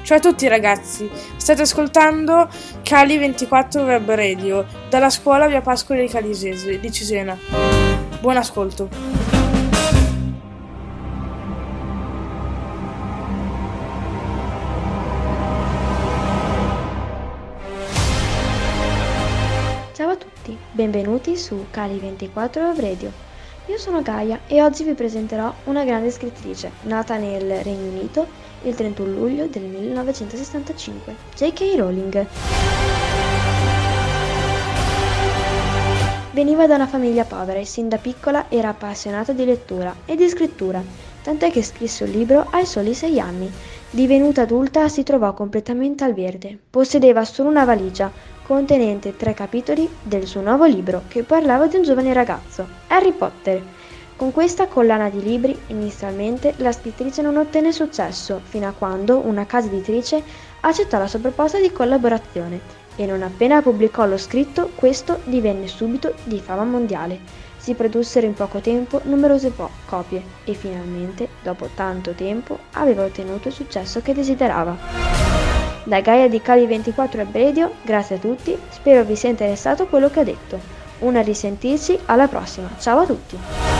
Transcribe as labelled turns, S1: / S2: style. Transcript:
S1: Ciao a tutti ragazzi, state ascoltando Cali 24 Web Radio dalla scuola Via Pascoli di Calisese di Cesena. Buon ascolto.
S2: Ciao a tutti, benvenuti su Cali 24 Web Radio. Io sono Gaia e oggi vi presenterò una grande scrittrice, nata nel Regno Unito il 31 luglio del 1965, J.K. Rowling. Veniva da una famiglia povera e sin da piccola era appassionata di lettura e di scrittura, tant'è che scrisse un libro ai soli 6 anni. Divenuta adulta si trovò completamente al verde. Possedeva solo una valigia contenente 3 capitoli del suo nuovo libro che parlava di un giovane ragazzo, Harry Potter. Con questa collana di libri, inizialmente, la scrittrice non ottenne successo, fino a quando una casa editrice accettò la sua proposta di collaborazione e non appena pubblicò lo scritto, questo divenne subito di fama mondiale. Si produssero in poco tempo numerose copie e finalmente, dopo tanto tempo, aveva ottenuto il successo che desiderava. Da Gaia di Cali 24 Web Radio, grazie a tutti, spero vi sia interessato quello che ho detto. Un a risentirci, alla prossima, ciao a tutti!